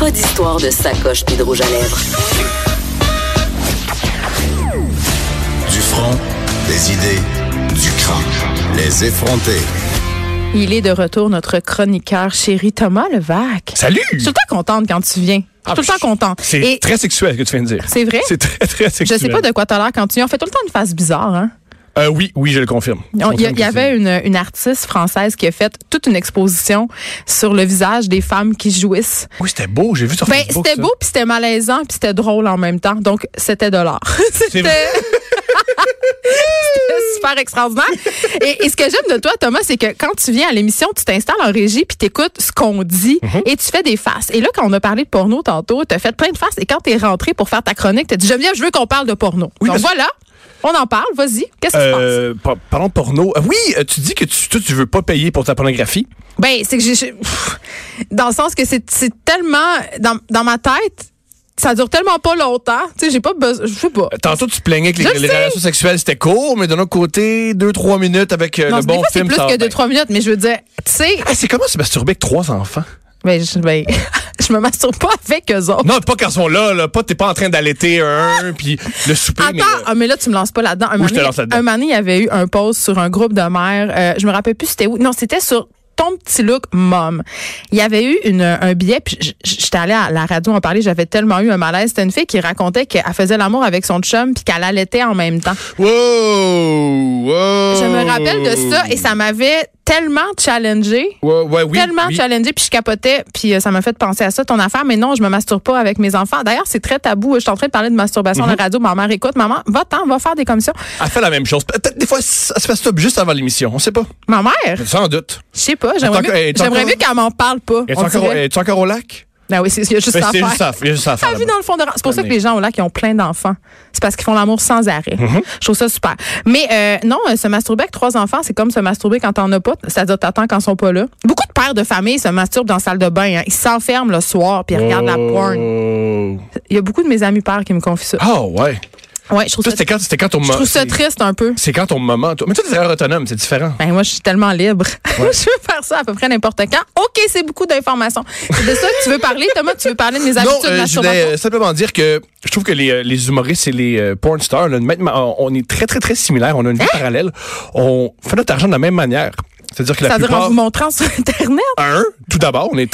Pas d'histoire de sacoche puis de rouge à lèvres. Du front, des idées, du crâne. Les effronter. Il est de retour, notre chroniqueur chéri Thomas Levac. Salut! Je suis tout le temps contente quand tu viens. Je suis tout le temps contente. C'est très sexuel ce que tu viens de dire. C'est vrai? C'est très, très sexuel. Je sais pas de quoi t'as l'air quand tu viens. On fait tout le temps une face bizarre, hein? Oui, je le confirme. Il y avait une artiste française qui a fait toute une exposition sur le visage des femmes qui jouissent. Oui, c'était beau, j'ai vu sur Facebook. C'était beau, puis c'était malaisant, puis c'était drôle en même temps. Donc, c'était de l'art. C'était super extraordinaire. Et ce que j'aime de toi, Thomas, c'est que quand tu viens à l'émission, tu t'installes en régie puis t'écoutes ce qu'on dit et tu fais des faces. Et là, quand on a parlé de porno tantôt, t'as fait plein de faces. Et quand t'es rentré pour faire ta chronique, t'as dit, Geneviève, je veux qu'on parle de porno. Oui, donc voilà. On en parle, vas-y. Qu'est-ce qui se passe? Parlons de porno. Oui, tu dis que tu veux pas payer pour ta pornographie. Ben, c'est que dans le sens que c'est tellement dans ma tête, ça dure tellement pas longtemps. Tu sais, j'ai pas besoin, je sais pas. Tantôt, tu te plaignais que les relations sexuelles, c'était court, mais d'un autre côté, 2-3 minutes avec le bon film. C'est plus que 2-3 minutes, mais je veux dire, tu sais. Ah, c'est comment se masturber avec 3 enfants? Je me masturbe pas avec eux autres. Non, pas quand ils sont là. T'es pas en train d'allaiter puis le souper. Attends, mais là, tu me lances pas là-dedans. Un moment donné, il y avait eu un post sur un groupe de mères. Je me rappelle plus c'était où. Non, c'était sur Ton Petit Look Mom. Il y avait eu un billet, puis j'étais allée à la radio en parler, j'avais tellement eu un malaise. C'était une fille qui racontait qu'elle faisait l'amour avec son chum puis qu'elle allaitait en même temps. Wow! Je me rappelle de ça et ça m'avait tellement challengé. Challengé, puis je capotais, puis ça m'a fait penser à ça, ton affaire, mais non, je me masturbe pas avec mes enfants. D'ailleurs, c'est très tabou. Je suis en train de parler de masturbation à la radio. Ma mère écoute. Maman, va faire des commissions. Elle fait la même chose. Peut-être des fois, elle se masturbe juste avant l'émission. On sait pas. Ma mère? Sans doute. Je sais pas. J'aimerais mieux qu'elle m'en parle pas. Es-tu encore au lac? Ben oui, il y a juste ça à faire. Il y a juste ça à faire. Vu dans le fond de... C'est pour ça que les gens au lac, ils ont plein d'enfants. C'est parce qu'ils font l'amour sans arrêt. Je trouve ça super. Mais non, se masturber avec 3 enfants, c'est comme se masturber quand t'en as pas. C'est-à-dire t'attends quand ils sont pas là. Beaucoup de pères de famille se masturbent dans la salle de bain. Hein. Ils s'enferment le soir puis ils regardent la porn. Il y a beaucoup de mes amis pères qui me confient ça. Ah ouais. Ouais, je trouve ça. C'était quand ton moment. Je trouve ça triste un peu. C'est quand ton moment. Mais toi, t'es très autonome, c'est différent. Ben, moi, je suis tellement libre. Ouais. Je veux faire ça à peu près n'importe quand. OK, c'est beaucoup d'informations. C'est de ça que tu veux parler, Thomas? Tu veux parler de mes habitudes de masturbation? Je voulais simplement dire que je trouve que les humoristes et les porn stars, là, on est très, très, très similaires. On a une vie parallèle. On fait notre argent de la même manière. C'est-à-dire que en vous montrant sur Internet? Tout d'abord, on est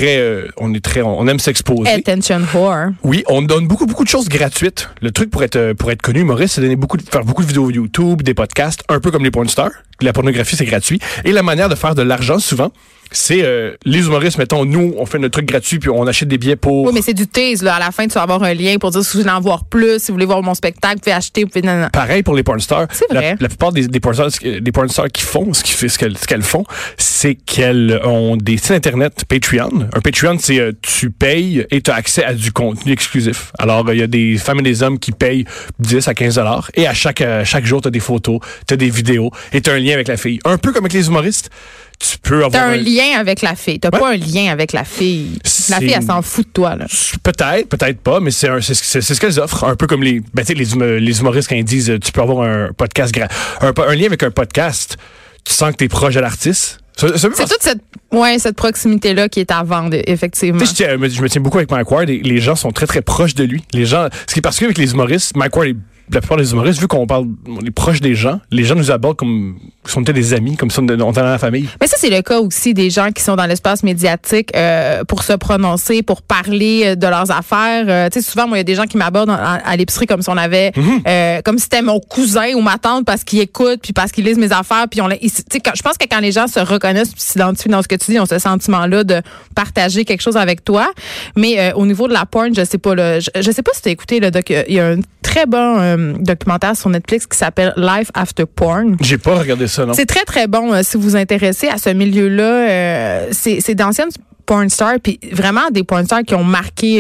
on aime s'exposer. Attention whore. Oui, on donne beaucoup de choses gratuites. Le truc pour être connu humoriste, c'est faire beaucoup de vidéos YouTube, des podcasts, un peu comme les porn stars. La pornographie, c'est gratuit. Et la manière de faire de l'argent, souvent, c'est les humoristes, mettons, nous, on fait notre truc gratuit puis on achète des billets pour... Oui, mais c'est du tease, là. À la fin, tu vas avoir un lien pour dire si vous voulez en voir plus, si vous voulez voir mon spectacle, vous pouvez acheter, vous pouvez... Pareil pour les porn stars. C'est vrai. La plupart des porn stars qui font, ce qu'elles font, c'est qu'elles ont des sites Internet Patreon. Un Patreon, c'est tu payes et tu as accès à du contenu exclusif. Alors, il y a des femmes et des hommes qui payent 10 à 15 $ et à chaque jour, tu as des photos, tu as des vidéos et tu as un lien avec la fille. Un peu comme avec les humoristes. Tu peux avoir un lien avec la fille. T'as pas un lien avec la fille. La fille, elle s'en fout de toi, là. Peut-être pas, mais c'est ce qu'elles offrent. Un peu comme les humoristes quand ils disent tu peux avoir un podcast, un lien avec un podcast. Tu sens que t'es proche de l'artiste. C'est toute cette proximité-là qui est à vendre, effectivement. Je me tiens beaucoup avec Mike Ward et les gens sont très, très proches de lui. Les gens, parce qu'avec les humoristes, Mike Ward la plupart des humoristes, vu qu'on est proche des gens, les gens nous abordent comme si on était des amis, comme si on était dans la famille. Mais ça, c'est le cas aussi des gens qui sont dans l'espace médiatique pour se prononcer, pour parler de leurs affaires. Tu sais, souvent, moi, il y a des gens qui m'abordent à l'épicerie comme si on avait, comme si c'était mon cousin ou ma tante parce qu'ils écoutent puis parce qu'ils lisent mes affaires. Puis je pense que quand les gens se reconnaissent puis s'identifient dans ce que tu dis, ils ont ce sentiment-là de partager quelque chose avec toi. Mais au niveau de la porn, je sais pas, là, je sais pas si tu as écouté le doc. Il y a un très bon documentaire sur Netflix qui s'appelle Life After Porn. J'ai pas regardé ça, non. C'est très, très bon si vous vous intéressez à ce milieu-là. C'est d'anciennes porn stars, puis vraiment des porn stars qui ont marqué,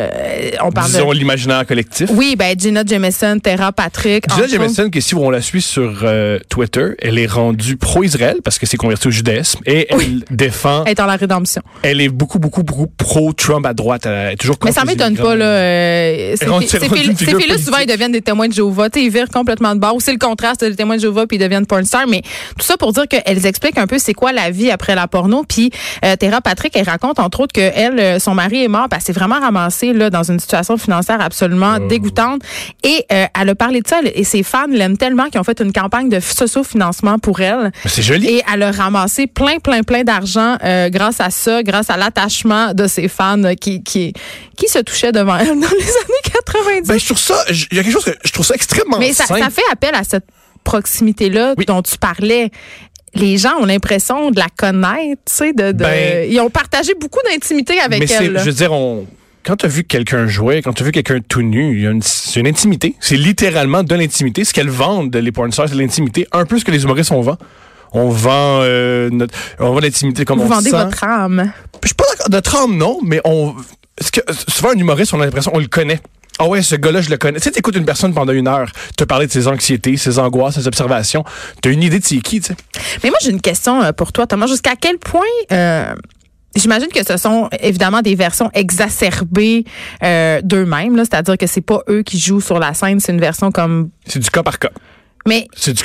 on parle disons l'imaginaire collectif. Oui, Jenna Jameson, Tara Patrick. Jenna Jameson, que si on la suit sur Twitter, elle est rendue pro-Israël parce qu'elle s'est convertie au judaïsme et elle défend... Elle est dans la rédemption. Elle est beaucoup pro-Trump à droite. Elle est toujours contre. Mais ça m'étonne pas, là. Ces filles-là, souvent, ils deviennent des témoins de Jéhovah. Ils virent complètement de bord. Ou c'est le contraire, c'est des témoins de Jéhovah puis ils deviennent porn stars. Mais tout ça pour dire qu'elles expliquent un peu c'est quoi la vie après la porno. Puis Tara Patrick, elle raconte entre autres que elle, son mari est mort, elle s'est vraiment ramassée là dans une situation financière absolument dégoûtante. Et elle a parlé de ça et ses fans l'aiment tellement qu'ils ont fait une campagne de socio-financement pour elle. C'est joli. Et elle a ramassé plein d'argent grâce à ça, grâce à l'attachement de ses fans qui se touchaient devant elle dans les années 90. Ben, je trouve ça, il y a quelque chose que je trouve ça extrêmement Mais ça fait appel à cette proximité-là dont tu parlais. Les gens ont l'impression de la connaître, tu sais, ils ont partagé beaucoup d'intimité avec elle. Je veux dire, quand tu as vu quelqu'un jouer, quand tu as vu quelqu'un tout nu, c'est une intimité. C'est littéralement de l'intimité. Ce qu'elles vendent, les porn stars, c'est de l'intimité. Un peu ce que les humoristes, on vend. On vend l'intimité comme on sent. Vous vendez votre âme. Je suis pas d'accord. Notre âme, non, mais souvent, un humoriste, on a l'impression, on le connaît. Ah ouais, ce gars-là, je le connais. Tu sais, t'écoutes une personne pendant 1 heure, te parler de ses anxiétés, ses angoisses, ses observations. T'as une idée de c'est qui, tu sais. Mais moi, j'ai une question pour toi, Thomas. Jusqu'à quel point... J'imagine que ce sont évidemment des versions exacerbées d'eux-mêmes, là, c'est-à-dire que c'est pas eux qui jouent sur la scène, c'est une version comme... C'est du cas par cas. Mais...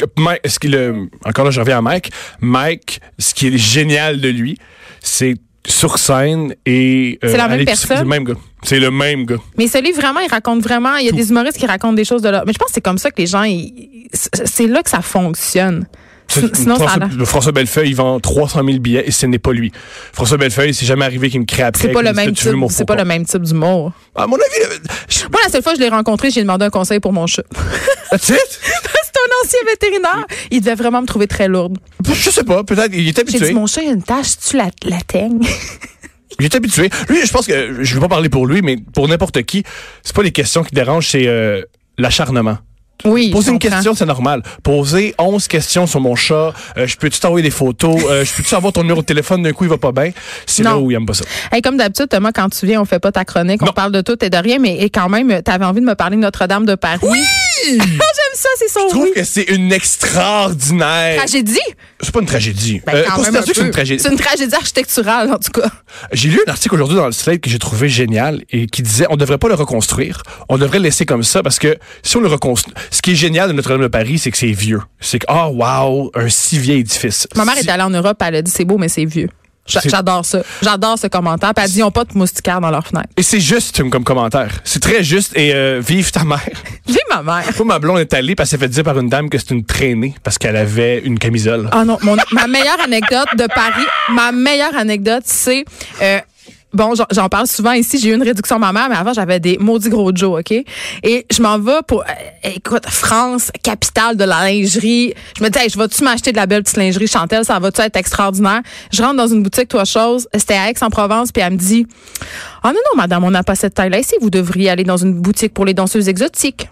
Encore là, je reviens à Mike. Mike, ce qui est génial de lui, c'est sur scène et... c'est la même personne? C'est le même gars. C'est le même gars. Mais celui, vraiment, il raconte vraiment... Il y a des humoristes qui racontent des choses de là. Mais je pense que c'est comme ça que les gens... c'est là que ça fonctionne. Sinon, François Bellefeuille, il vend 300 000 billets et ce n'est pas lui. François Bellefeuille, c'est jamais arrivé qu'il me crée après. C'est pas le même type d'humour. À mon avis... Moi, la seule fois que je l'ai rencontré, j'ai demandé un conseil pour mon chat. That's it? C'est un ancien vétérinaire. Il devait vraiment me trouver très lourde. Je sais pas, peut-être, il est habitué. J'ai dit, mon chat, il a une tache, tu la teignes? Il est habitué. Lui, je pense que, je ne vais pas parler pour lui, mais pour n'importe qui, c'est pas les questions qui dérangent, c'est l'acharnement. Oui, poser une question, c'est normal. Poser 11 questions sur mon chat, je peux-tu t'envoyer des photos, je peux-tu avoir ton numéro de téléphone, d'un coup il va pas bien, c'est là où il aime pas ça. Hey, comme d'habitude, Thomas, quand tu viens, on fait pas ta chronique, on parle de tout et de rien, mais quand même, t'avais envie de me parler de Notre-Dame de Paris. Oui! J'aime ça, c'est son Je trouve que c'est une extraordinaire... Tragédie? C'est pas une tragédie. Considère-tu que c'est une tragédie? C'est une tragédie architecturale, en tout cas. J'ai lu un article aujourd'hui dans le Slate que j'ai trouvé génial et qui disait on devrait pas le reconstruire, on devrait le laisser comme ça parce que si on le reconstruit... Ce qui est génial de Notre-Dame de Paris, c'est que c'est vieux. C'est que, wow, un si vieil édifice. Ma mère est allée en Europe, elle a dit c'est beau, mais c'est vieux. J'adore ça. J'adore ce commentaire. Puis elle dit, ils n'ont pas de moustiquaires dans leur fenêtre. Et c'est juste comme commentaire. C'est très juste. Et vive ta mère. Vive ma mère. Moi, ma blonde est allée parce qu'elle s'est fait dire par une dame que c'est une traînée parce qu'elle avait une camisole. Ah non, ma meilleure anecdote de Paris, c'est... Bon, j'en parle souvent ici. J'ai eu une réduction mammaire, mais avant, j'avais des maudits gros Joe, OK? Et je m'en vais pour, écoute, France, capitale de la lingerie. Je me dis, hey, je vais-tu m'acheter de la belle petite lingerie Chantel? Ça va-tu être extraordinaire? Je rentre dans une boutique, toi, chose. C'était à Aix-en-Provence, puis elle me dit, ah non, madame, on n'a pas cette taille-là ici. Vous devriez aller dans une boutique pour les danseuses exotiques.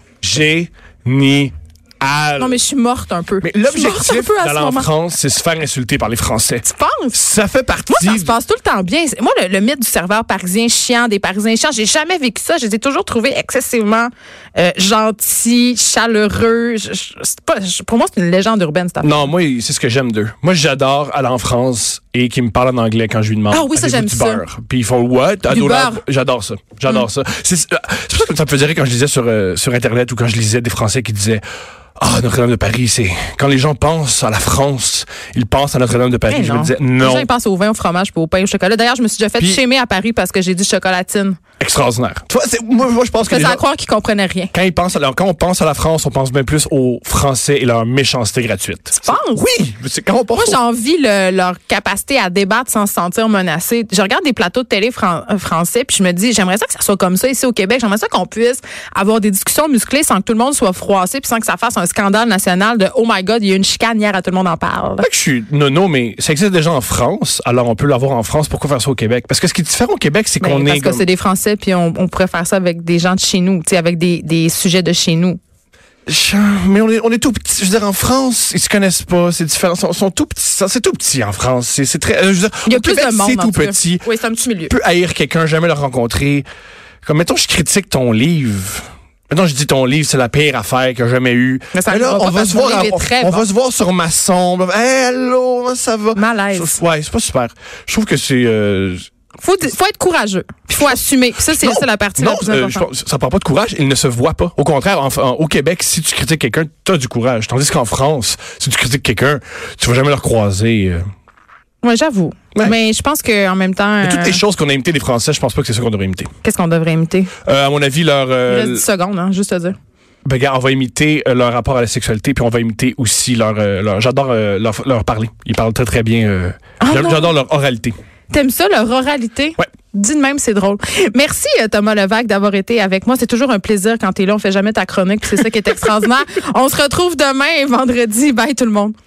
Non, mais je suis morte un peu. Mais l'objectif d'aller en France, c'est se faire insulter par les Français. Tu penses? Ça fait partie... Moi, ça se passe tout le temps bien. Moi, le mythe du serveur parisien chiant, des Parisiens chiants, j'ai jamais vécu ça. Je les ai toujours trouvés excessivement gentils, chaleureux. Pour moi, c'est une légende urbaine, cette affaire. Non, moi, c'est ce que j'aime d'eux. Moi, j'adore aller en France et qu'ils me parlent en anglais quand je lui demande. Ah oui, ça, j'aime ça. Beurre. Puis ils font what? J'adore ça. J'adore ça. C'est pour ça que ça me faisait rire quand je lisais sur Internet ou quand je lisais des Français qui disaient Notre-Dame de Paris, c'est... Quand les gens pensent à la France, ils pensent à Notre-Dame de Paris. Je me disais, non. Les gens, ils pensent au vin, au fromage, puis au pain, au chocolat. D'ailleurs, je me suis déjà fait chémer à Paris parce que j'ai dit chocolatine. Extraordinaire. Tu vois, moi, je pense que les gens... à croire qu'ils comprenaient rien. Quand on pense à la France, on pense bien plus aux Français et leur méchanceté gratuite. Tu penses? Oui! C'est quand on pense... Moi, j'envie leur capacité à débattre sans se sentir menacé. Je regarde des plateaux de télé français, puis je me dis, j'aimerais ça que ça soit comme ça ici au Québec. J'aimerais ça qu'on puisse avoir des discussions musclées sans que tout le monde soit froissé, puis sans que ça fasse un scandale national de oh my God, il y a une chicane hier, tout le monde en parle. Je suis nono, mais ça existe déjà en France, alors on peut l'avoir en France. Pourquoi faire ça au Québec? Parce que ce qui est différent au Québec, c'est qu'on est... Parce que c'est des Français, puis on pourrait faire ça avec des gens de chez nous, avec des sujets de chez nous. Mais on est tout petit. Je veux dire, en France, ils se connaissent pas. C'est différent. Ils sont tout petits. C'est tout petit en France. C'est très. Je veux dire, il y a plus de monde. C'est tout petit. Oui, c'est un petit milieu. Tu peux haïr quelqu'un, jamais le rencontrer. Comme mettons, je critique ton livre. Mettons, je dis ton livre, c'est la pire affaire qu'il y a jamais eu. Mais ça là, on va se voir sur Masson. Hey, allô, comment ça va? Malaise. Ouais, c'est pas super. Je trouve que c'est. Faut être courageux. Puis faut assumer. Puis ça, c'est la partie la plus importante. Ça prend pas de courage. Il ne se voit pas. Au contraire, au Québec, si tu critiques quelqu'un, t'as du courage. Tandis qu'en France, si tu critiques quelqu'un, tu vas jamais le croiser. Oui, j'avoue. Ouais. Mais je pense qu'en même temps... Toutes les choses qu'on a imitées des Français, je pense pas que c'est ça qu'on devrait imiter. Qu'est-ce qu'on devrait imiter? À mon avis, leur... Il reste 10 secondes, hein, juste à dire. Ben, gars, on va imiter leur rapport à la sexualité, puis on va imiter aussi j'adore leur parler. Ils parlent très, très bien. J'adore leur oralité. T'aimes ça, leur oralité? Ouais. Dis de même, c'est drôle. Merci, Thomas Levac, d'avoir été avec moi. C'est toujours un plaisir quand t'es là. On fait jamais ta chronique, puis c'est ça qui est extraordinaire. On se retrouve demain et vendredi. Bye, tout le monde.